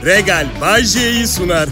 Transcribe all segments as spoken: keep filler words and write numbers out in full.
Regal Bay J'yi sunar.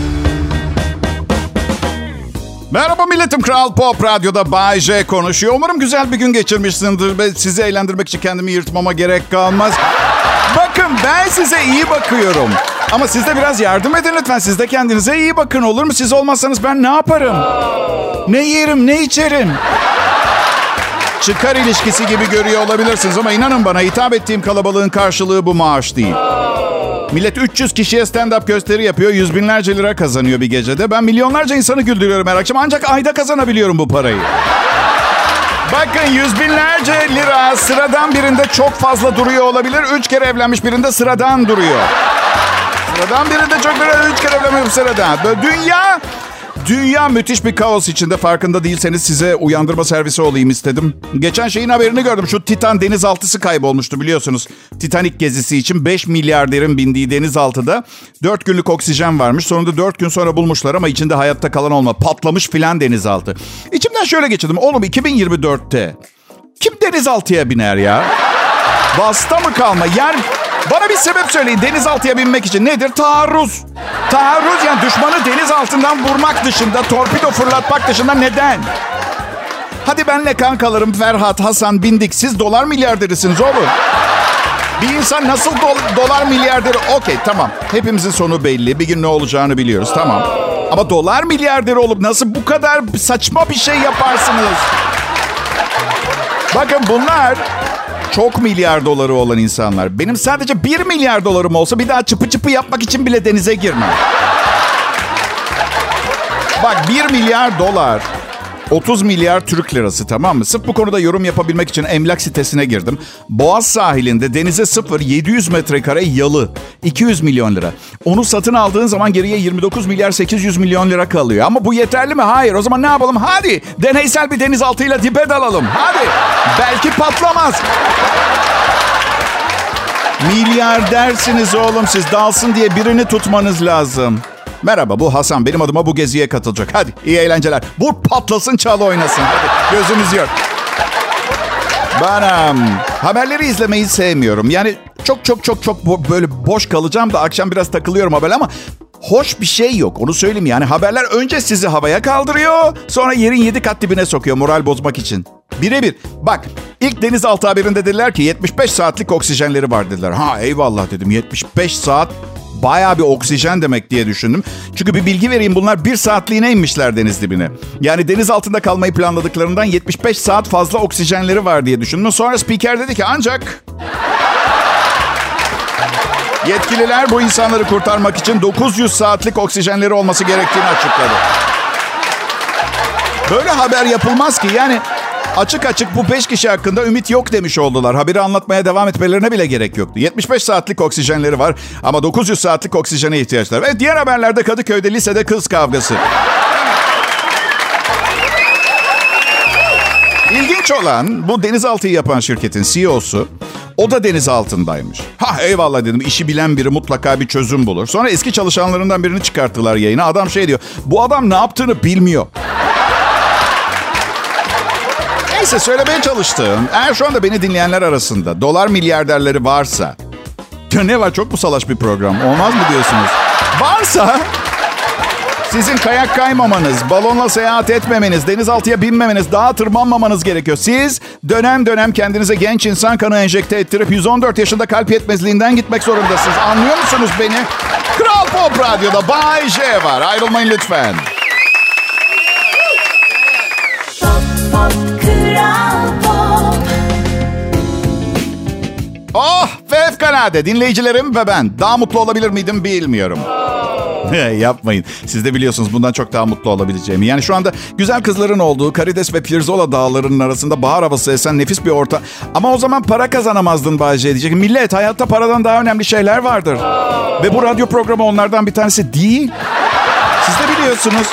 Merhaba milletim, Kral Pop Radyo'da Bay J konuşuyor. Umarım güzel bir gün geçirmişsindir ve sizi eğlendirmek için kendimi yırtmama gerek kalmaz. Bakın, ben size iyi bakıyorum. Ama siz de biraz yardım edin lütfen. Siz de kendinize iyi bakın, olur mu? Siz olmazsanız ben ne yaparım? Ne yerim, ne içerim? Çıkar ilişkisi gibi görüyor olabilirsiniz ama inanın bana, hitap ettiğim kalabalığın karşılığı bu maaş değil. Millet üç yüz kişiye stand-up gösteri yapıyor. Yüz binlerce lira kazanıyor bir gecede. Ben milyonlarca insanı güldürüyorum her akşam. Ancak ayda kazanabiliyorum bu parayı. Bakın, yüz binlerce lira sıradan birinde çok fazla duruyor olabilir. Üç kere evlenmiş birinde sıradan duruyor. Sıradan birinde çok lira, üç kere evlenmiş sıradan. Böyle dünya... Dünya müthiş bir kaos içinde, farkında değilseniz size uyandırma servisi olayım istedim. Geçen şeyin haberini gördüm. Şu Titan denizaltısı kaybolmuştu biliyorsunuz. Titanic gezisi için beş milyarderin bindiği denizaltıda dört günlük oksijen varmış. Sonunda dört gün sonra bulmuşlar ama içinde hayatta kalan olmadı. Patlamış filan denizaltı. İçimden şöyle geçirdim. Oğlum, iki bin yirmi dörtte kim denizaltıya biner ya? Basta mı kalma? Yani... Bana bir sebep söyleyin denizaltıya binmek için. Nedir? Taarruz. Taarruz, yani düşmanı deniz altından vurmak dışında, torpido fırlatmak dışında neden? Hadi benle kankalarım Ferhat, Hasan bindik. Siz dolar milyarderisiniz oğlum. Bir insan nasıl do- dolar milyarderi? Okey, tamam. Hepimizin sonu belli. Bir gün ne olacağını biliyoruz, tamam. Ama dolar milyarderi olup nasıl bu kadar saçma bir şey yaparsınız? Bakın, bunlar... Çok milyar doları olan insanlar. Benim sadece bir milyar dolarım olsa bir daha çıpı çıpı yapmak için bile denize girmem. Bak, bir milyar dolar, otuz milyar Türk lirası, tamam mı? Sırf bu konuda yorum yapabilmek için emlak sitesine girdim. Boğaz sahilinde denize sıfır, yedi yüz metrekare yalı, iki yüz milyon lira. Onu satın aldığın zaman geriye yirmi dokuz milyar sekiz yüz milyon lira kalıyor. Ama bu yeterli mi? Hayır. O zaman ne yapalım? Hadi deneysel bir denizaltıyla dibe dalalım. Hadi. Belki patlamaz. Milyardersiniz oğlum siz. Dalsın diye birini tutmanız lazım. Merhaba, bu Hasan. Benim adıma bu geziye katılacak. Hadi, iyi eğlenceler. Vur patlasın, çal oynasın. Hadi, gözümüz yok. Ben um, haberleri izlemeyi sevmiyorum. Yani çok çok çok çok bo- böyle boş kalacağım da akşam biraz takılıyorum haber ama hoş bir şey yok. Onu söyleyeyim yani. Haberler önce sizi havaya kaldırıyor, sonra yerin yedi kat dibine sokuyor moral bozmak için. Birebir. Bak, ilk denizaltı haberinde dediler ki yetmiş beş saatlik oksijenleri var dediler. Ha, eyvallah dedim. yetmiş beş saat bayağı bir oksijen demek diye düşündüm. Çünkü bir bilgi vereyim, bunlar bir saatliğine inmişler deniz dibine. Yani deniz altında kalmayı planladıklarından yetmiş beş saat fazla oksijenleri var diye düşündüm. Sonra spiker dedi ki ancak... Yetkililer bu insanları kurtarmak için dokuz yüz saatlik oksijenleri olması gerektiğini açıkladı. Böyle haber yapılmaz ki. Yani açık açık bu beş kişi hakkında ümit yok demiş oldular. Haberi anlatmaya devam etmelerine bile gerek yoktu. yetmiş beş saatlik oksijenleri var ama dokuz yüz saatlik oksijene ihtiyaçları var. Ve diğer haberlerde Kadıköy'de lisede kız kavgası. İlginç olan, bu denizaltıyı yapan şirketin C E O'su, o da deniz altındaymış. Ha, eyvallah dedim, işi bilen biri mutlaka bir çözüm bulur. Sonra eski çalışanlarından birini çıkarttılar yayına. Adam şey diyor, bu adam ne yaptığını bilmiyor. Neyse, söylemeye çalıştığım, eğer şu anda beni dinleyenler arasında dolar milyarderleri varsa... Ne var, çok mu salaş bir program? Olmaz mı diyorsunuz? Varsa... Sizin kayak kaymamanız, balonla seyahat etmemeniz, denizaltıya binmemeniz, dağa tırmanmamanız gerekiyor. Siz dönem dönem kendinize genç insan kanı enjekte ettirip yüz on dört yaşında kalp yetmezliğinden gitmek zorundasınız. Anlıyor musunuz beni? Kral Pop Radyo'da Bay J var. Ayrılmayın lütfen. Pop, pop, Kral Pop. Oh, fevkalade. Dinleyicilerim ve ben. Daha mutlu olabilir miydim bilmiyorum. Yapmayın. Siz de biliyorsunuz bundan çok daha mutlu olabileceğimi. Yani şu anda güzel kızların olduğu Karides ve Pirzola dağlarının arasında bahar havası esen nefis bir ortam. Ama o zaman para kazanamazdın Bay J diyecek. Millet, hayatta paradan daha önemli şeyler vardır. Ve bu radyo programı onlardan bir tanesi değil. Siz de biliyorsunuz.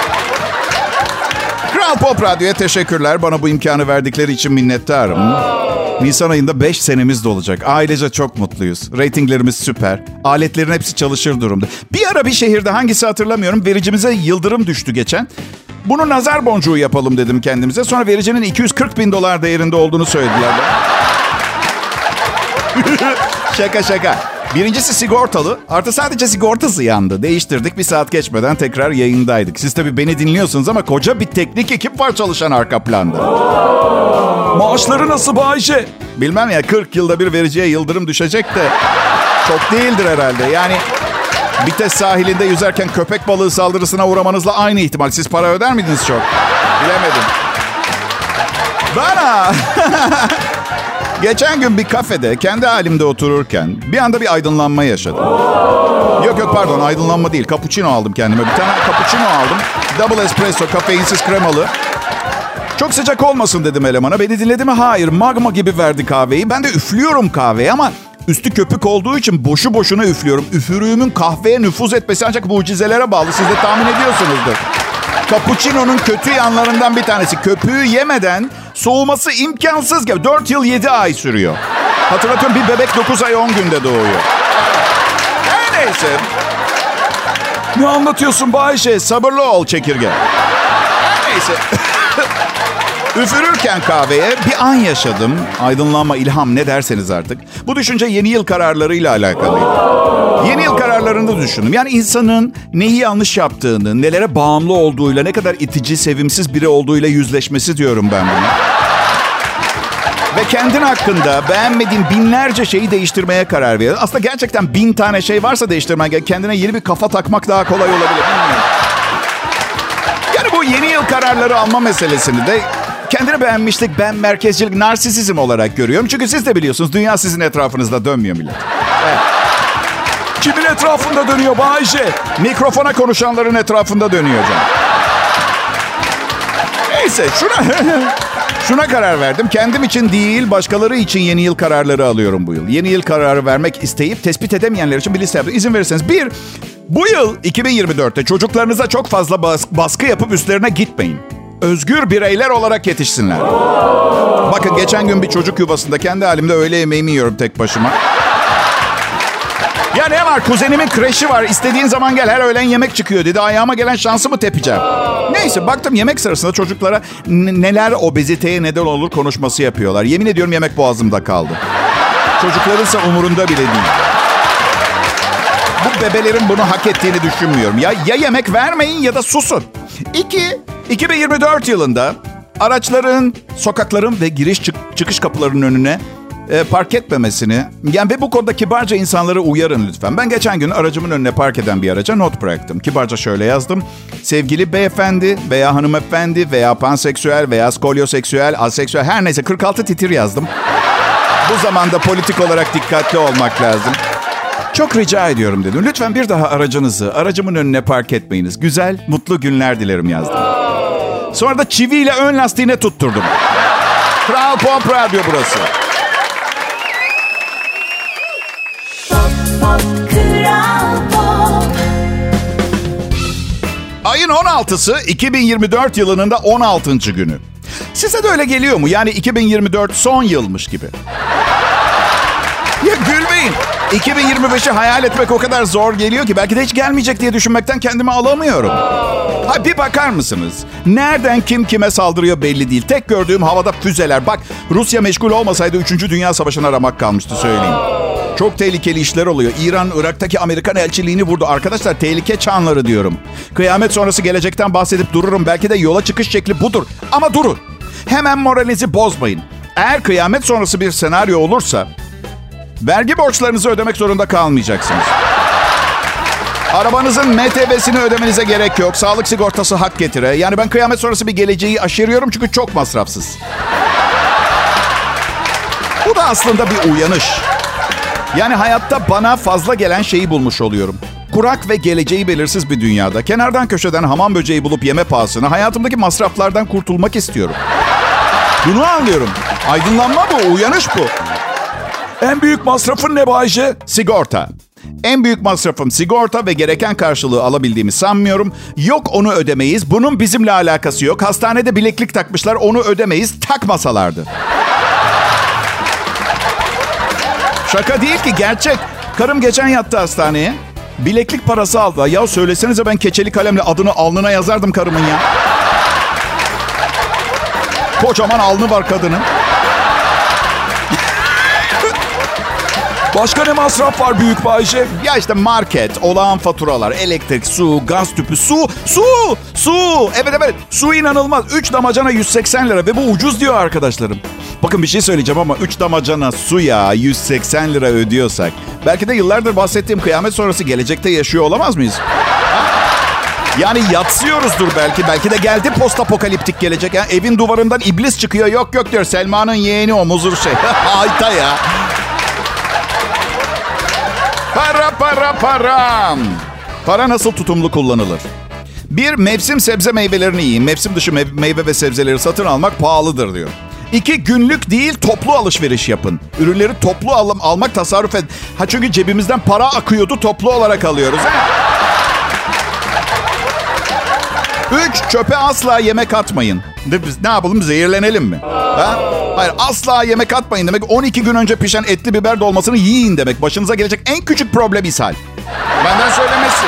Kral Pop Radyo'ya teşekkürler. Bana bu imkanı verdikleri için minnettarım. Nisan ayında beş senemiz de olacak. Ailece çok mutluyuz. Ratinglerimiz süper. Aletlerin hepsi çalışır durumda. Bir ara bir şehirde, hangisi hatırlamıyorum, vericimize yıldırım düştü geçen. Bunu nazar boncuğu yapalım dedim kendimize. Sonra vericinin iki yüz kırk bin dolar değerinde olduğunu söylediler. Şaka şaka. Birincisi sigortalı. Artı sadece sigortası yandı. Değiştirdik, bir saat geçmeden tekrar yayındaydık. Siz tabii beni dinliyorsunuz ama koca bir teknik ekip var çalışan arka planda. Maaşları nasıl Bayce? Bilmem ya, kırk yılda bir vericiye yıldırım düşecek de çok değildir herhalde. Yani Bites sahilinde yüzerken köpek balığı saldırısına uğramanızla aynı ihtimal. Siz para öder miydiniz çok? Bilemedim. Bana... Geçen gün bir kafede kendi halimde otururken bir anda bir aydınlanma yaşadım. Yok yok pardon, aydınlanma değil. Cappuccino aldım kendime. Bir tane cappuccino aldım. Double espresso, kafeinsiz kremalı. Çok sıcak olmasın dedim elemana. Beni dinledi mi? Hayır. Magma gibi verdi kahveyi. Ben de üflüyorum kahveyi ama üstü köpük olduğu için boşu boşuna üflüyorum. Üfürüğümün kahveye nüfuz etmesi ancak mucizelere bağlı. Siz de tahmin ediyorsunuzdur. Cappuccino'nun kötü yanlarından bir tanesi. Köpüğü yemeden soğuması imkansız gibi. dört yıl yedi ay sürüyor. Hatırlatıyorum, bir bebek dokuz ay on günde doğuyor. Her neyse. Ne anlatıyorsun Bayce? Sabırlı ol çekirge. Her neyse. Üfürürken kahveye bir an yaşadım. Aydınlanma, ilham, ne derseniz artık. Bu düşünce yeni yıl kararlarıyla alakalıydı. Yeni yıl kararlarını düşündüm. Yani insanın neyi yanlış yaptığını, nelere bağımlı olduğuyla, ne kadar itici, sevimsiz biri olduğuyla yüzleşmesi diyorum ben bunu. Ve kendin hakkında beğenmediğin binlerce şeyi değiştirmeye karar veriyorsun. Aslında gerçekten bin tane şey varsa değiştirmen gerek. Kendine yeni bir kafa takmak daha kolay olabilir. Bilmiyorum. Yani bu yeni yıl kararları alma meselesini de kendine beğenmişlik, ben merkezcilik, narsisizm olarak görüyorum. Çünkü siz de biliyorsunuz, dünya sizin etrafınızda dönmüyor millet. Evet. Kimin etrafında dönüyor Bayce? Mikrofona konuşanların etrafında dönüyor canım. Neyse şuna, şuna karar verdim. Kendim için değil, başkaları için yeni yıl kararları alıyorum bu yıl. Yeni yıl kararı vermek isteyip tespit edemeyenler için bir liste yaptım. İzin verirseniz. Bir, bu yıl iki bin yirmi dörtte çocuklarınıza çok fazla bas- baskı yapıp üstlerine gitmeyin. Özgür bireyler olarak yetişsinler. Bakın geçen gün bir çocuk yuvasında kendi halimde öğle yemeğimi yiyorum tek başıma. Ya ne var, kuzenimin kreşi var, istediğin zaman gel, her öğlen yemek çıkıyor dedi. Ayağıma gelen şansımı tepeceğim. Neyse baktım yemek sırasında çocuklara n- neler obeziteye neden olur konuşması yapıyorlar. Yemin ediyorum yemek boğazımda kaldı. Çocuklarınsa umurunda bile değil. Bu bebelerin bunu hak ettiğini düşünmüyorum. Ya, ya yemek vermeyin ya da susun. İki, iki bin yirmi dört yılında araçların, sokakların ve giriş çık- çıkış kapılarının önüne e, park etmemesini, yani ve bu konuda kibarca insanları uyarın lütfen. Ben geçen gün aracımın önüne park eden bir araca not bıraktım. Kibarca şöyle yazdım: sevgili beyefendi veya hanımefendi veya panseksüel veya skolyoseksüel, aseksüel, her neyse kırk altı titir yazdım. Bu zamanda politik olarak dikkatli olmak lazım. Çok rica ediyorum dedim. Lütfen bir daha aracınızı aracımın önüne park etmeyiniz. Güzel, mutlu günler dilerim yazdım. Sonra da çiviyle ön lastiğine tutturdum. Kral Pop Radyo burası. Pop, pop, Kral Pop. Ayın on altısı iki bin yirmi dört yılının da on altıncı günü. Size de öyle geliyor mu? Yani iki bin yirmi dört son yılmış gibi. Ya gülmeyin. iki bin yirmi beşi hayal etmek o kadar zor geliyor ki belki de hiç gelmeyecek diye düşünmekten kendimi alamıyorum. Ha bir bakar mısınız? Nereden kim kime saldırıyor belli değil. Tek gördüğüm havada füzeler. Bak, Rusya meşgul olmasaydı üçüncü Dünya Savaşı'na ramak kalmıştı söyleyeyim. Çok tehlikeli işler oluyor. İran, Irak'taki Amerikan elçiliğini vurdu. Arkadaşlar tehlike çanları diyorum. Kıyamet sonrası gelecekten bahsedip dururum. Belki de yola çıkış şekli budur. Ama durun. Hemen moralinizi bozmayın. Eğer kıyamet sonrası bir senaryo olursa vergi borçlarınızı ödemek zorunda kalmayacaksınız. Arabanızın M T V'sini ödemenize gerek yok. Sağlık sigortası hak getire. Yani ben kıyamet sonrası bir geleceği aşeriyorum çünkü çok masrafsız. Bu da aslında bir uyanış. Yani hayatta bana fazla gelen şeyi bulmuş oluyorum. Kurak ve geleceği belirsiz bir dünyada kenardan köşeden hamam böceği bulup yeme pahasına hayatımdaki masraflardan kurtulmak istiyorum. Bunu anlıyorum. Aydınlanma bu, uyanış bu. En büyük masrafın ne Bayce? Sigorta. En büyük masrafım sigorta ve gereken karşılığı alabildiğimi sanmıyorum. Yok onu ödemeyiz. Bunun bizimle alakası yok. Hastanede bileklik takmışlar, onu ödemeyiz. Takmasalardı. Şaka değil ki, gerçek. Karım geçen yattı hastaneye. Bileklik parası aldı. Ya söylesenize, ben keçeli kalemle adını alnına yazardım karımın ya. Kocaman alnı var kadının. Başka ne masraf var büyük Bayce? Ya işte market, olağan faturalar, elektrik, su, gaz tüpü, su, su, su. Evet evet, su inanılmaz. üç damacana yüz seksen lira ve bu ucuz diyor arkadaşlarım. Bakın bir şey söyleyeceğim ama üç damacana suya yüz seksen lira ödüyorsak belki de yıllardır bahsettiğim kıyamet sonrası gelecekte yaşıyor olamaz mıyız? Yani yatsıyoruzdur belki. Belki de geldi post apokaliptik gelecek. Yani evin duvarından iblis çıkıyor. Yok yok diyor. Selma'nın yeğeni o muzur şey. Ayta ya. Para para para. Para nasıl tutumlu kullanılır? Bir, mevsim sebze meyvelerini yiyin. Mevsim dışı me- meyve ve sebzeleri satın almak pahalıdır diyor. İki, günlük değil toplu alışveriş yapın. Ürünleri toplu al- almak tasarruf et. Ha çünkü cebimizden para akıyordu, toplu olarak alıyoruz. He? Üç, çöpe asla yemek atmayın. Biz ne yapalım, zehirlenelim mi? Ha? Hayır, asla yemek atmayın demek on iki gün önce pişen etli biber dolmasını yiyin demek. Başınıza gelecek en küçük problem ishal. Benden söylemesi.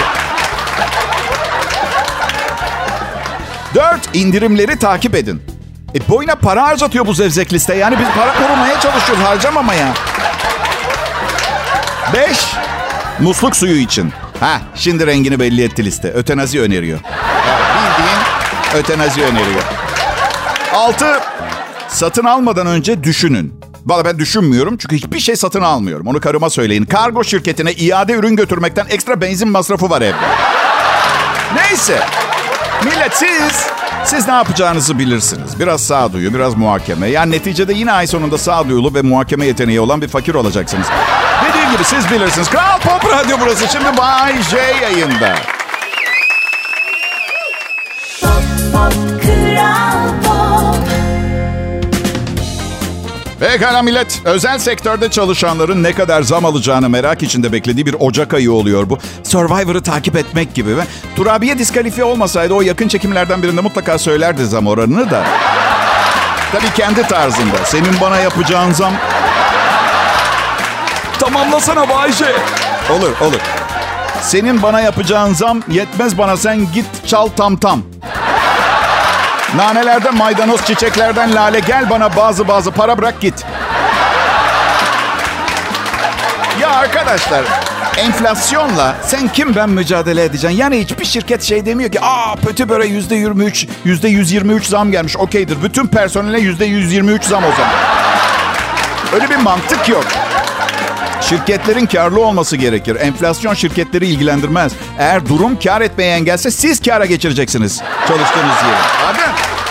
Dört, indirimleri takip edin. E boyuna para harcatıyor bu zevzek liste. Yani biz para korumaya çalışıyoruz, harcamamaya. Beş, musluk suyu için. Ha, şimdi rengini belli etti liste. Ötenazi öneriyor. Bildiğin ötenazi öneriyor. Altı, satın almadan önce düşünün. Valla ben düşünmüyorum çünkü hiçbir şey satın almıyorum. Onu karıma söyleyin. Kargo şirketine iade ürün götürmekten ekstra benzin masrafı var evde. Neyse. Millet siz, siz ne yapacağınızı bilirsiniz. Biraz sağduyu, biraz muhakeme. Yani neticede yine ay sonunda sağduyulu ve muhakeme yeteneği olan bir fakir olacaksınız. Dediğim gibi siz bilirsiniz. Kral Pop Radyo burası. Şimdi Bay J yayında. Pop, pop, Kral Pop. Pekala millet. Özel sektörde çalışanların ne kadar zam alacağını merak içinde beklediği bir Ocak ayı oluyor bu. Survivor'ı takip etmek gibi. Ve Turabiye diskalifiye olmasaydı o yakın çekimlerden birinde mutlaka söylerdi zam oranını da. Tabii kendi tarzında. Senin bana yapacağın zam... Tamamlasana Bayce. Olur, olur. Senin bana yapacağın zam yetmez bana, sen git çal tam tam. Nanelerden maydanoz, çiçeklerden lale, gel bana bazı bazı para bırak git. Ya arkadaşlar, enflasyonla sen kim ben mücadele edeceksin? Yani hiçbir şirket şey demiyor ki aa Pötibör'e yüzde yirmi üç, yüzde yüz yirmi üç zam gelmiş. Okeydir. Bütün personele yüzde yüz yirmi üç zam o zaman. Öyle bir mantık yok. Şirketlerin karlı olması gerekir. Enflasyon şirketleri ilgilendirmez. Eğer durum kar etmeye engelse siz kâra geçireceksiniz çalıştığınız yeri. Hadi.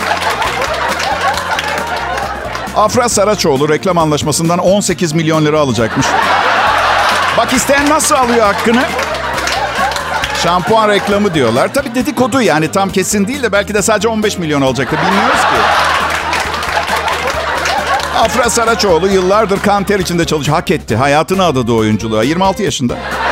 Afra Saraçoğlu reklam anlaşmasından on sekiz milyon lira alacakmış. Bak isteyen nasıl alıyor hakkını? Şampuan reklamı diyorlar. Tabii dedikodu yani, tam kesin değil de belki de sadece on beş milyon olacaktı. Bilmiyoruz ki. Afra Saraçoğlu yıllardır kan ter içinde çalışıyor. Hak etti. Hayatını adadı oyunculuğa. yirmi altı yaşında.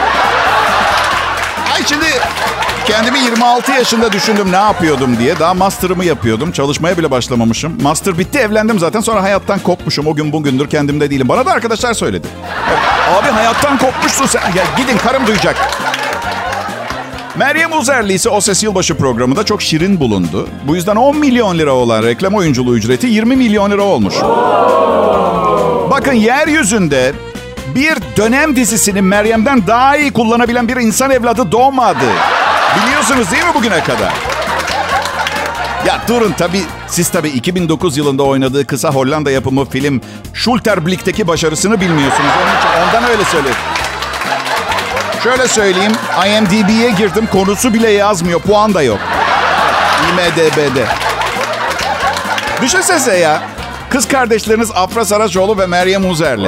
Ay şimdi kendimi yirmi altı yaşında düşündüm ne yapıyordum diye. Daha master'ımı yapıyordum. Çalışmaya bile başlamamışım. Master bitti, evlendim zaten. Sonra hayattan kopmuşum. O gün bugündür kendimde değilim. Bana da arkadaşlar söyledi. Abi hayattan kopmuşsun sen. Ya gidin, karım duyacak. Meryem Uzerli ise O Ses Yılbaşı programında çok şirin bulundu. Bu yüzden on milyon lira olan reklam oyunculuğu ücreti yirmi milyon lira olmuş. Bakın yeryüzünde bir dönem dizisini Meryem'den daha iyi kullanabilen bir insan evladı doğmadı. Biliyorsunuz değil mi bugüne kadar? Ya durun tabii, siz tabii iki bin dokuz yılında oynadığı kısa Hollanda yapımı film Schulterblik'teki başarısını bilmiyorsunuz. Onun için ondan öyle söylüyorum. Şöyle söyleyeyim, I M D B'ye girdim, konusu bile yazmıyor, puan da yok. I M D B'de. Düşünsene ya, kız kardeşleriniz Afra Saraçoğlu ve Meryem Uzerli.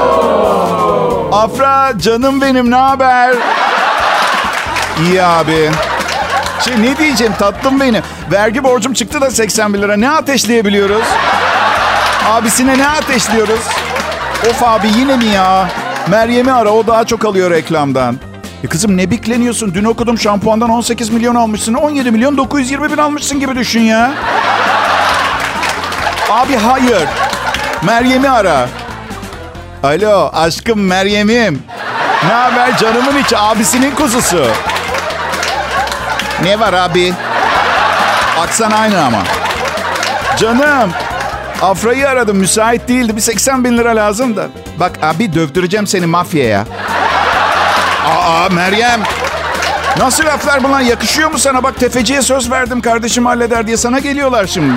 Afra, canım benim, ne haber? İyi abi. Şey, ne diyeceğim tatlım benim. Vergi borcum çıktı da seksen bin lira. Ne ateşleyebiliyoruz? Abisine ne ateşliyoruz? Of abi, yine mi ya? Meryem'i ara, o daha çok alıyor reklamdan. E kızım ne bikleniyorsun? Dün okudum şampuandan on sekiz milyon almışsın. on yedi milyon dokuz yüz yirmi bin almışsın gibi düşün ya. Abi hayır. Meryem'i ara. Alo aşkım Meryem'im. Ne haber canımın içi, abisinin kuzusu. Ne var abi? Aksan aynı ama. Canım. Afra'yı aradım, müsait değildi. Bir seksen bin lira lazım da. Bak abi dövdüreceğim seni mafyaya. Aa Meryem. Nasıl laflar bunlar? Yakışıyor mu sana? Bak tefeciye söz verdim kardeşim halleder diye sana geliyorlar şimdi.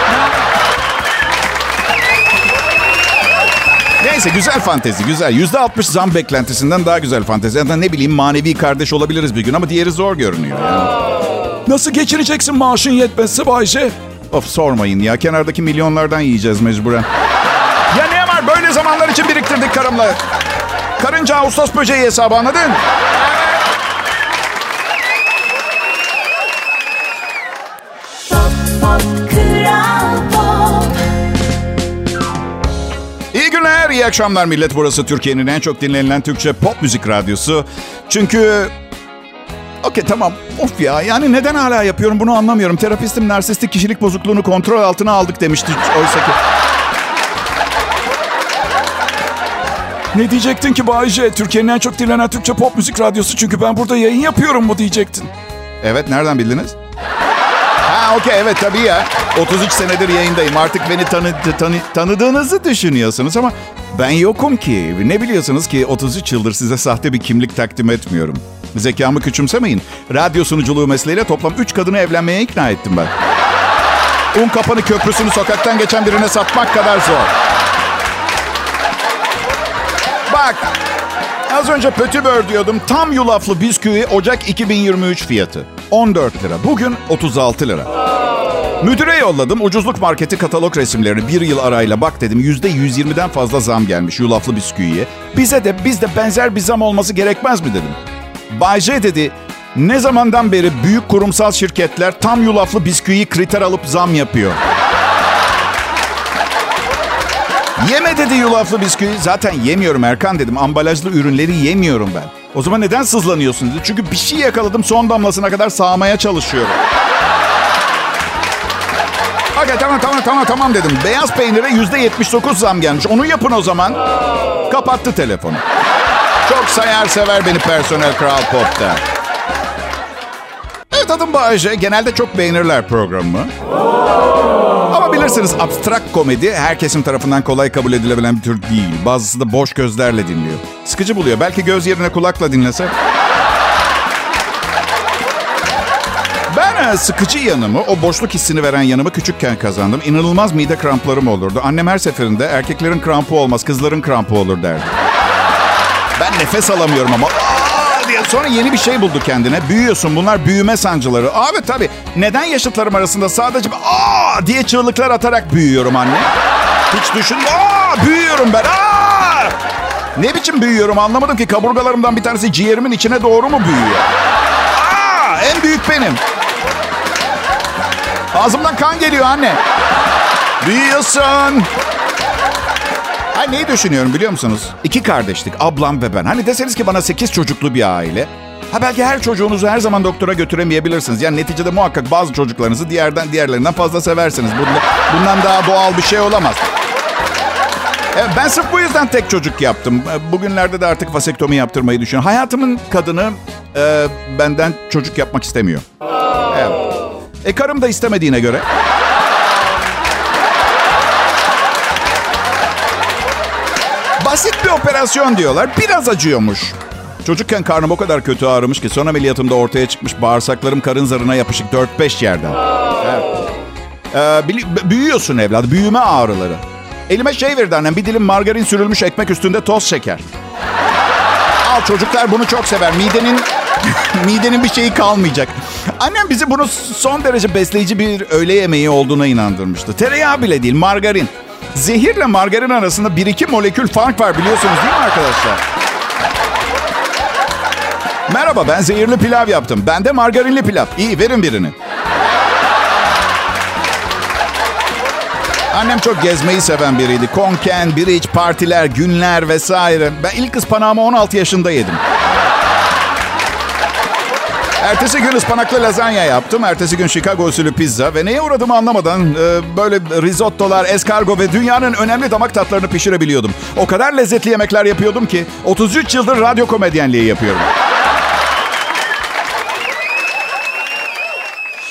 Neyse güzel fantezi güzel. yüzde altmış zam beklentisinden daha güzel fantezi. Yani ne bileyim manevi kardeş olabiliriz bir gün ama diğeri zor görünüyor. Yani. Nasıl geçineceksin maaşın yetmezse Bayce? Of sormayın ya. Kenardaki milyonlardan yiyeceğiz mecburen. Ya ne var? Böyle zamanlar için biriktirdik karımla. Karınca Ağustos böceği hesabı anladın? İyi günler, iyi akşamlar millet. Burası Türkiye'nin en çok dinlenilen Türkçe pop müzik radyosu. Çünkü... Okey tamam. Of ya. Yani neden hala yapıyorum bunu anlamıyorum. Terapistim narsistik kişilik bozukluğunu kontrol altına aldık demişti. Oysa ki... Ne diyecektin ki Bayce? Türkiye'nin en çok dinlenen Türkçe pop müzik radyosu çünkü ben burada yayın yapıyorum mu diyecektin? Evet, nereden bildiniz? Ha okey evet tabii ya. otuz üç senedir yayındayım. Artık beni tanı, tanı, tanıdığınızı düşünüyorsunuz ama ben yokum ki. Ne biliyorsunuz ki otuz üç yıldır size sahte bir kimlik takdim etmiyorum. Zekamı küçümsemeyin. Radyo sunuculuğu mesleğiyle toplam üç kadını evlenmeye ikna ettim ben. Un kapanı köprüsünü sokaktan geçen birine satmak kadar zor. Bak, az önce pötibör diyordum. Tam yulaflı bisküvi Ocak iki bin yirmi üç fiyatı. on dört lira. Bugün otuz altı lira. Müdüre yolladım. Ucuzluk marketi katalog resimlerini bir yıl arayla bak dedim. yüzde yüz yirmiden fazla zam gelmiş yulaflı bisküviye. Bize de bizde benzer bir zam olması gerekmez mi dedim. Bay J dedi, ne zamandan beri büyük kurumsal şirketler tam yulaflı bisküviyi kriter alıp zam yapıyor. Yeme dedi yulaflı bisküvi. Zaten yemiyorum Erkan dedim. Ambalajlı ürünleri yemiyorum ben. O zaman neden sızlanıyorsun dedi. Çünkü bir şey yakaladım son damlasına kadar sağmaya çalışıyorum. Okey tamam tamam tamam tamam dedim. Beyaz peynire yüzde yetmiş dokuz zam gelmiş. Onu yapın o zaman. Kapattı telefonu. Çok sayar sever beni personel Kral Pop'ta. Evet adım Bayce. Genelde çok beğenirler programımı. Ama bilirsiniz abstrakt komedi herkesin tarafından kolay kabul edilebilen bir tür değil. Bazısı da boş gözlerle dinliyor. Sıkıcı buluyor. Belki göz yerine kulakla dinlese. Ben sıkıcı yanımı, o boşluk hissini veren yanımı küçükken kazandım. İnanılmaz mide kramplarım olurdu. Annem her seferinde erkeklerin krampı olmaz, kızların krampı olur derdi. Ben nefes alamıyorum ama aa diye sonra yeni bir şey buldu kendine. Büyüyorsun, bunlar büyüme sancıları. Abi tabii neden yaşıtlarım arasında sadece aa diye çığlıklar atarak büyüyorum anne? Hiç düşünme. Aa büyüyorum ben. Aa! Ne biçim büyüyorum anlamadım ki. Kaburgalarımdan bir tanesi ciğerimin içine doğru mu büyüyor? Aa en büyük benim. Ağzımdan kan geliyor anne. Büyüyorsun. Ay neyi düşünüyorum biliyor musunuz? İki kardeşlik, ablam ve ben. Hani deseniz ki bana sekiz çocuklu bir aile. Ha belki her çocuğunuzu her zaman doktora götüremeyebilirsiniz. Yani neticede muhakkak bazı çocuklarınızı diğerden diğerlerinden fazla seversiniz. Bundan daha doğal bir şey olamaz. Evet, ben sırf bu yüzden tek çocuk yaptım. Bugünlerde de artık vasektomi yaptırmayı düşünüyorum. Hayatımın kadını e, benden çocuk yapmak istemiyor. Evet. E karım da istemediğine göre. Basit bir operasyon diyorlar. Biraz acıyormuş. Çocukken karnım o kadar kötü ağrımış ki son ameliyatımda ortaya çıkmış bağırsaklarım karın zarına yapışık dört beş yerden. Evet. Ee, büyüyorsun evladım. Büyüme ağrıları. Elime şey verdi annem. Bir dilim margarin sürülmüş ekmek üstünde toz şeker. Al çocuklar bunu çok sever. Midenin midenin bir şeyi kalmayacak. Annem bizi bunu son derece besleyici bir öğle yemeği olduğuna inandırmıştı. Tereyağı bile değil, margarin. Zehirle margarin arasında bir iki molekül fark var biliyorsunuz değil mi arkadaşlar? Merhaba ben zehirli pilav yaptım. Ben de margarinli pilav. İyi verin birini. Annem çok gezmeyi seven biriydi. Konken, biriç, partiler, günler vesaire. Ben ilk ıspanağımı on altı yaşında yedim. Ertesi gün ıspanaklı lazanya yaptım. Ertesi gün Chicago usulü pizza. Ve neye uğradığımı anlamadan e, böyle risottolar, eskargo ve dünyanın önemli damak tatlarını pişirebiliyordum. O kadar lezzetli yemekler yapıyordum ki otuz üç yıldır radyo komedyenliği yapıyorum.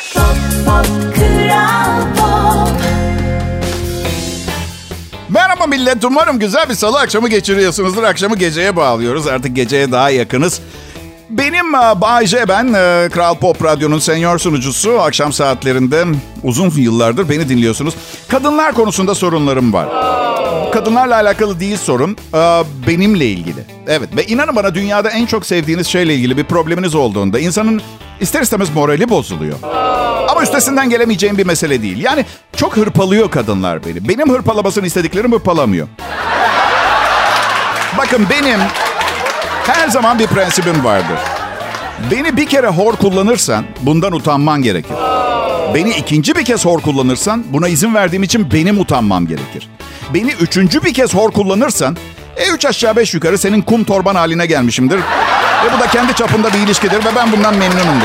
Merhaba millet. Umarım güzel bir salı akşamı geçiriyorsunuzdur. Akşamı geceye bağlıyoruz. Artık geceye daha yakınız. Benim Bay J, ben Kral Pop Radyo'nun senior sunucusu. Akşam saatlerinde uzun yıllardır beni dinliyorsunuz. Kadınlar konusunda sorunlarım var. Kadınlarla alakalı değil sorun, benimle ilgili. Evet, ve inanın bana, dünyada en çok sevdiğiniz şeyle ilgili bir probleminiz olduğunda insanın ister istemez morali bozuluyor. Ama üstesinden gelemeyeceğim bir mesele değil. Yani çok hırpalıyor kadınlar beni. Benim hırpalamasını istediklerim hırpalamıyor. Bakın, benim her zaman bir prensibim vardır. Beni bir kere hor kullanırsan bundan utanman gerekir. Beni ikinci bir kez hor kullanırsan buna izin verdiğim için benim utanmam gerekir. Beni üçüncü bir kez hor kullanırsan e üç aşağı beş yukarı senin kum torban haline gelmişimdir. Ve bu da kendi çapında bir ilişkidir ve ben bundan memnunumdur.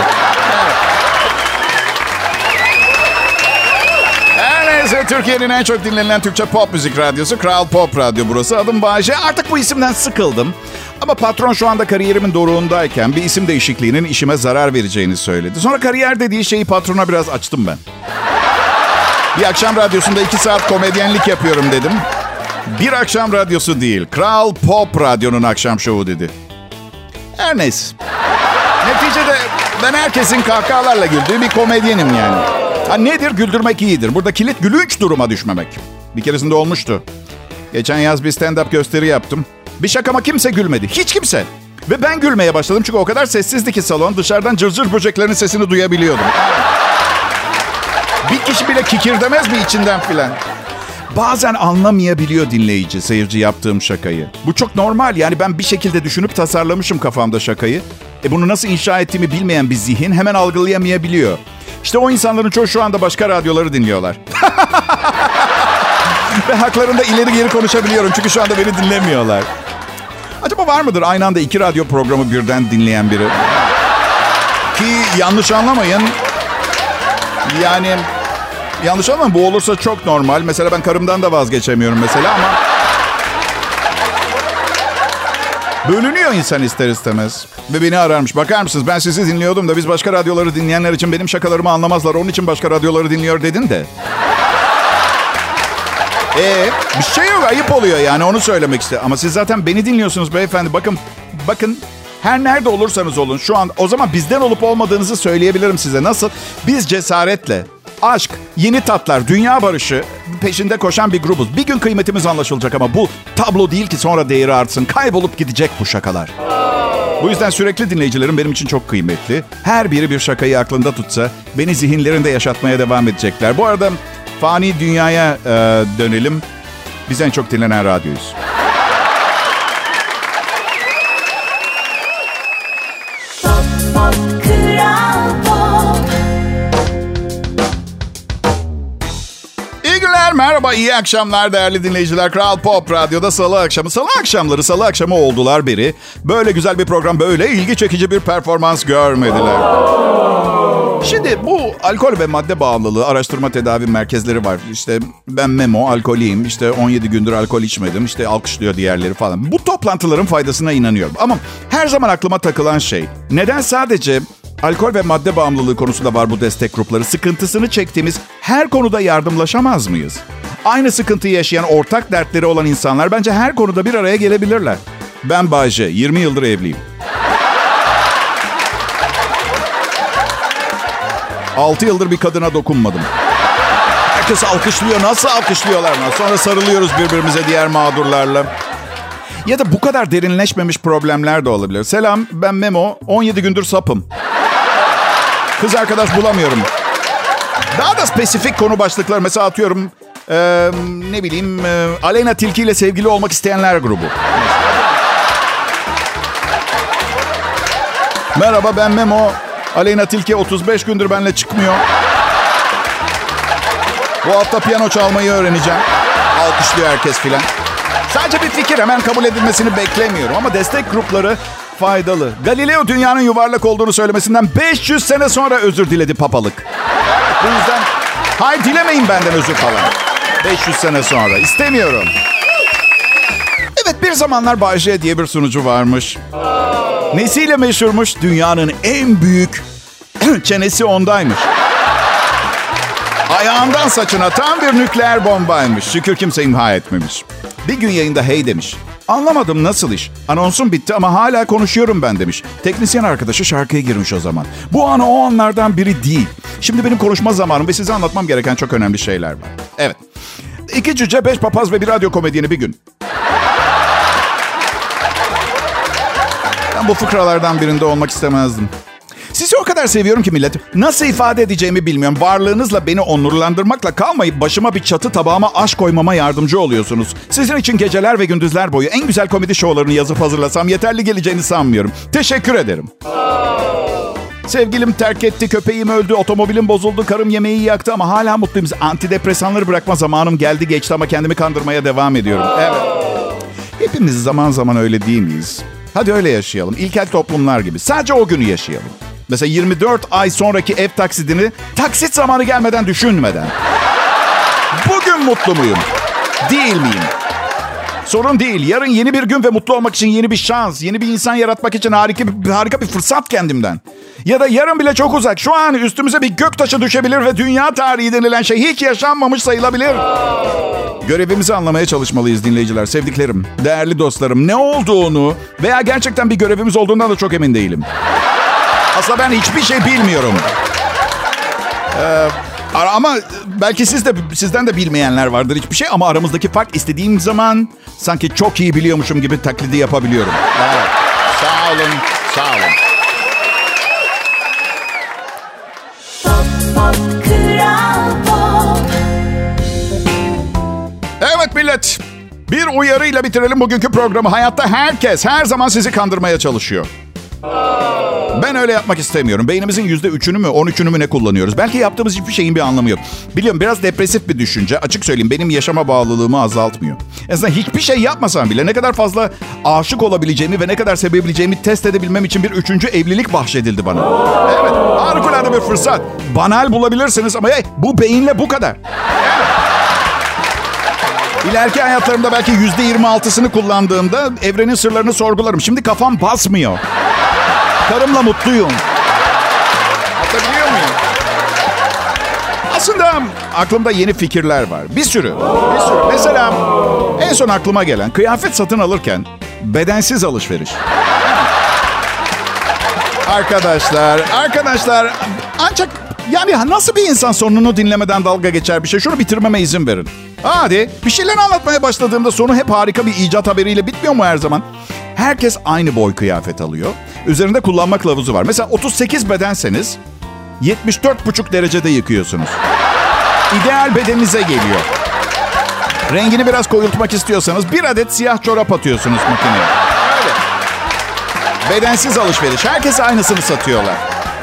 Her neyse, Türkiye'nin en çok dinlenilen Türkçe pop müzik radyosu Kral Pop Radyo burası. Adım Bay J. Artık bu isimden sıkıldım. Ama patron şu anda kariyerimin doruğundayken bir isim değişikliğinin işime zarar vereceğini söyledi. Sonra kariyer dediği şeyi patrona biraz açtım ben. Bir akşam radyosunda iki saat komedyenlik yapıyorum dedim. Bir akşam radyosu değil, Kral Pop Radyo'nun akşam şovu dedi. Her neyse. Neticede ben herkesin kahkahalarla güldüğü bir komedyenim yani. Ha, nedir? Güldürmek iyidir. Burada kilit gülünç duruma düşmemek. Bir keresinde olmuştu. Geçen yaz bir stand-up gösteri yaptım. Bir şakama kimse gülmedi. Hiç kimse. Ve ben gülmeye başladım çünkü o kadar sessizdi ki salon. Dışarıdan cırcır böceklerin sesini duyabiliyordum. Bir kişi bile kikirdemez mi içinden filan? Bazen anlamayabiliyor dinleyici, seyirci yaptığım şakayı. Bu çok normal. Yani ben bir şekilde düşünüp tasarlamışım kafamda şakayı. E bunu nasıl inşa ettiğimi bilmeyen bir zihin hemen algılayamayabiliyor. İşte o insanların çoğu şu anda başka radyoları dinliyorlar. Ve haklarında ileri geri konuşabiliyorum çünkü şu anda beni dinlemiyorlar. Acaba var mıdır aynı anda iki radyo programı birden dinleyen biri? Ki yanlış anlamayın. Yani yanlış anlamayın, bu olursa çok normal. Mesela ben karımdan da vazgeçemiyorum mesela ama... Bölünüyor insan ister istemez. Ve beni ararmış. Bakar mısınız, ben sizi dinliyordum da biz başka radyoları dinleyenler için benim şakalarımı anlamazlar. Onun için başka radyoları dinliyor dedin de. Ee, bir şey yok, ayıp oluyor yani, onu söylemek istedim. Ama siz zaten beni dinliyorsunuz beyefendi. Bakın, bakın her nerede olursanız olun şu an, o zaman bizden olup olmadığınızı söyleyebilirim size. Nasıl? Biz cesaretle, aşk, yeni tatlar, dünya barışı peşinde koşan bir grubuz. Bir gün kıymetimiz anlaşılacak ama bu tablo değil ki sonra değeri artsın. Kaybolup gidecek bu şakalar. Bu yüzden sürekli dinleyicilerim benim için çok kıymetli. Her biri bir şakayı aklında tutsa beni zihinlerinde yaşatmaya devam edecekler. Bu arada fani dünyaya e, dönelim. Biz en çok dinlenen radyoyuz. Pop, pop, Kral Pop. İyi günler, merhaba, iyi akşamlar değerli dinleyiciler. Kral Pop Radyo'da salı akşamı. Salı akşamları, salı akşamı oldular beri. Böyle güzel bir program, böyle ilgi çekici bir performans görmediler. Şimdi bu alkol ve madde bağımlılığı araştırma tedavi merkezleri var. İşte ben Memo, alkoliyim. İşte on yedi gündür alkol içmedim. İşte alkışlıyor diğerleri falan. Bu toplantıların faydasına inanıyorum. Ama her zaman aklıma takılan şey, neden sadece alkol ve madde bağımlılığı konusunda var bu destek grupları? Sıkıntısını çektiğimiz her konuda yardımlaşamaz mıyız? Aynı sıkıntıyı yaşayan, ortak dertleri olan insanlar bence her konuda bir araya gelebilirler. Ben Bay J, yirmi yıldır evliyim. altı yıldır bir kadına dokunmadım. Herkes alkışlıyor. Nasıl alkışlıyorlar? Sonra sarılıyoruz birbirimize diğer mağdurlarla. Ya da bu kadar derinleşmemiş problemler de olabilir. Selam, ben Memo. on yedi gündür sapım. Kız arkadaş bulamıyorum. Daha da spesifik konu başlıkları. Mesela atıyorum, e, ne bileyim, e, Aleyna Tilki ile sevgili olmak isteyenler grubu. Merhaba, ben Memo. Aleyna Tilki otuz beş gündür benimle çıkmıyor. Bu hafta piyano çalmayı öğreneceğim. Alkışlıyor herkes filan. Sadece bir fikir, hemen kabul edilmesini beklemiyorum. Ama destek grupları faydalı. Galileo dünyanın yuvarlak olduğunu söylemesinden beş yüz sene sonra özür diledi papalık. Bu yüzden hayır, dilemeyin benden özür falan. beş yüz sene sonra. İstemiyorum. Evet, bir zamanlar Bay J diye bir sunucu varmış. Nesiyle meşhurmuş? Dünyanın en büyük çenesi ondaymış. Ayağından saçına tam bir nükleer bombaymış. Şükür kimse imha etmemiş. Bir gün yayında hey demiş. Anlamadım, nasıl iş? Anonsum bitti ama hala konuşuyorum ben demiş. Teknisyen arkadaşı şarkıya girmiş o zaman. Bu ana o anlardan biri değil. Şimdi benim konuşma zamanım ve size anlatmam gereken çok önemli şeyler var. Evet. İki cüce, beş papaz ve bir radyo komedyeni bir gün. Ben bu fıkralardan birinde olmak istemezdim. Sizi o kadar seviyorum ki millet. Nasıl ifade edeceğimi bilmiyorum. Varlığınızla beni onurlandırmakla kalmayıp başıma bir çatı, tabağıma aş koymama yardımcı oluyorsunuz. Sizin için geceler ve gündüzler boyu en güzel komedi şovlarını yazıp hazırlasam yeterli geleceğini sanmıyorum. Teşekkür ederim. Sevgilim terk etti, köpeğim öldü, otomobilim bozuldu, karım yemeği yaktı ama hala mutluyum. Antidepresanları bırakma zamanım geldi geçti ama kendimi kandırmaya devam ediyorum. Evet. Hepimiz zaman zaman öyle değil miyiz? Hadi öyle yaşayalım. İlkel toplumlar gibi. Sadece o günü yaşayalım. Mesela yirmi dört ay sonraki ev taksidini taksit zamanı gelmeden düşünmeden. Bugün mutlu muyum? Değil miyim? Sorun değil. Yarın yeni bir gün ve mutlu olmak için yeni bir şans, yeni bir insan yaratmak için harika bir, harika bir fırsat kendimden. Ya da yarın bile çok uzak. Şu an üstümüze bir göktaşı düşebilir ve dünya tarihi denilen şey hiç yaşanmamış sayılabilir. Görevimizi anlamaya çalışmalıyız dinleyiciler, sevdiklerim, değerli dostlarım. Ne olduğunu veya gerçekten bir görevimiz olduğundan da çok emin değilim. Aslında ben hiçbir şey bilmiyorum. Ee, ama belki siz de sizden de bilmeyenler vardır hiçbir şey. Ama aramızdaki fark, istediğim zaman sanki çok iyi biliyormuşum gibi taklidi yapabiliyorum. Evet. Sağ olun, sağ olun. Pop, pop, Kral Pop. Evet millet. Bir uyarıyla bitirelim bugünkü programı. Hayatta herkes her zaman sizi kandırmaya çalışıyor. Ben öyle yapmak istemiyorum. Beynimizin yüzde üçünü mü, on üçünü mü ne kullanıyoruz? Belki yaptığımız hiçbir şeyin bir anlamı yok. Biliyorum, biraz depresif bir düşünce. Açık söyleyeyim, benim yaşama bağlılığımı azaltmıyor. Aslında hiçbir şey yapmasam bile ne kadar fazla aşık olabileceğimi ve ne kadar sevebileceğimi test edebilmem için bir üçüncü evlilik bahşedildi bana. Evet, harikulade bir fırsat. Banal bulabilirsiniz ama hey, bu beyinle bu kadar. İleriki hayatlarımda belki yüzde yirmi altısını kullandığımda evrenin sırlarını sorgularım. Şimdi kafam basmıyor. Karımla mutluyum. Anlatabiliyor muyum? Aslında aklımda yeni fikirler var. Bir sürü. Bir sürü. Mesela en son aklıma gelen, kıyafet satın alırken bedensiz alışveriş. Arkadaşlar, arkadaşlar ancak yani nasıl bir insan sonunu dinlemeden dalga geçer bir şey? Şunu bitirmeme izin verin. Hadi bir şeyler anlatmaya başladığımda sonu hep harika bir icat haberiyle bitmiyor mu her zaman? Herkes aynı boy kıyafet alıyor. Üzerinde kullanma kılavuzu var. Mesela otuz sekiz bedenseniz yetmiş dört buçuk derecede yıkıyorsunuz. İdeal bedeninize geliyor. Rengini biraz koyultmak istiyorsanız bir adet siyah çorap atıyorsunuz makineye. Öyle. Bedensiz alışveriş. Herkes aynısını satıyorlar.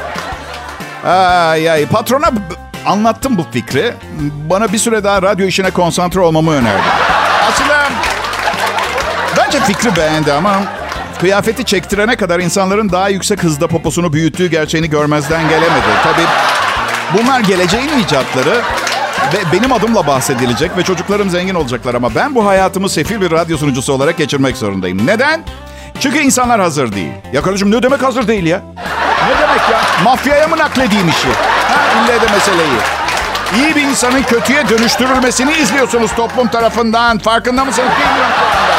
Ay ay. Patrona anlattım bu fikri. Bana bir süre daha radyo işine konsantre olmamı önerdi. Aslında bence fikri beğendi ama kıyafeti çektirene kadar insanların daha yüksek hızda poposunu büyüttüğü gerçeğini görmezden gelemedi. Tabii bunlar geleceğin icatları ve benim adımla bahsedilecek ve çocuklarım zengin olacaklar ama ben bu hayatımı sefil bir radyo sunucusu olarak geçirmek zorundayım. Neden? Çünkü insanlar hazır değil. Ya kardeşim, ne demek hazır değil ya? Ne demek ya? Mafyaya mı nakledeyim işi? Ha, ille de meseleyi. İyi bir insanın kötüye dönüştürülmesini izliyorsunuz toplum tarafından. Farkında mısınız? Bilmiyorum şu anda.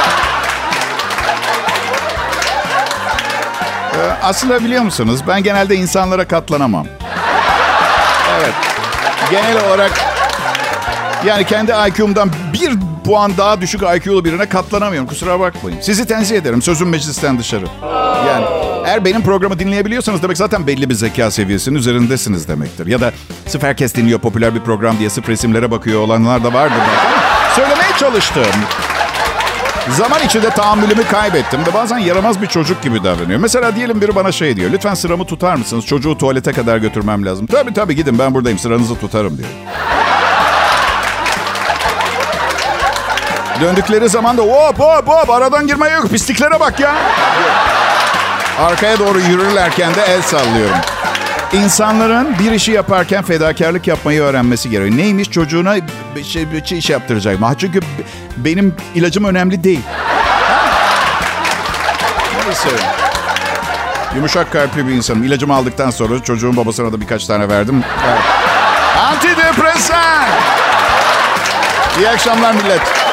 Ee, aslında biliyor musunuz? Ben genelde insanlara katlanamam. Evet. Genel olarak yani kendi I Q'mdan bir puan daha düşük I Q'lu birine katlanamıyorum. Kusura bakmayın. Sizi tenzih ederim. Sözüm meclisten dışarı. Yani eğer benim programı dinleyebiliyorsanız demek zaten belli bir zeka seviyesinin üzerindesiniz demektir. Ya da sırf herkes dinliyor popüler bir program diye sıfır isimlere bakıyor olanlar da vardır belki. Ama söylemeye çalıştım. Zaman içinde tahammülümü kaybettim ve bazen yaramaz bir çocuk gibi davranıyor. Mesela diyelim biri bana şey diyor. Lütfen sıramı tutar mısınız? Çocuğu tuvalete kadar götürmem lazım. Tabii tabii gidin, ben buradayım, sıranızı tutarım diyor. Döndükleri zaman da hop hop hop aradan girmeye yok. Pisliklere bak ya. Arkaya doğru yürürlerken de el sallıyorum. İnsanların bir işi yaparken fedakarlık yapmayı öğrenmesi gerekiyor. Neymiş? Çocuğuna bir şey, bir şey iş yaptıracak. Ha, çünkü benim ilacım önemli değil. Neyse. Yumuşak kalpli bir insanım. İlacımı aldıktan sonra çocuğun babasına da birkaç tane verdim. Evet. Antidepresan. İyi akşamlar millet.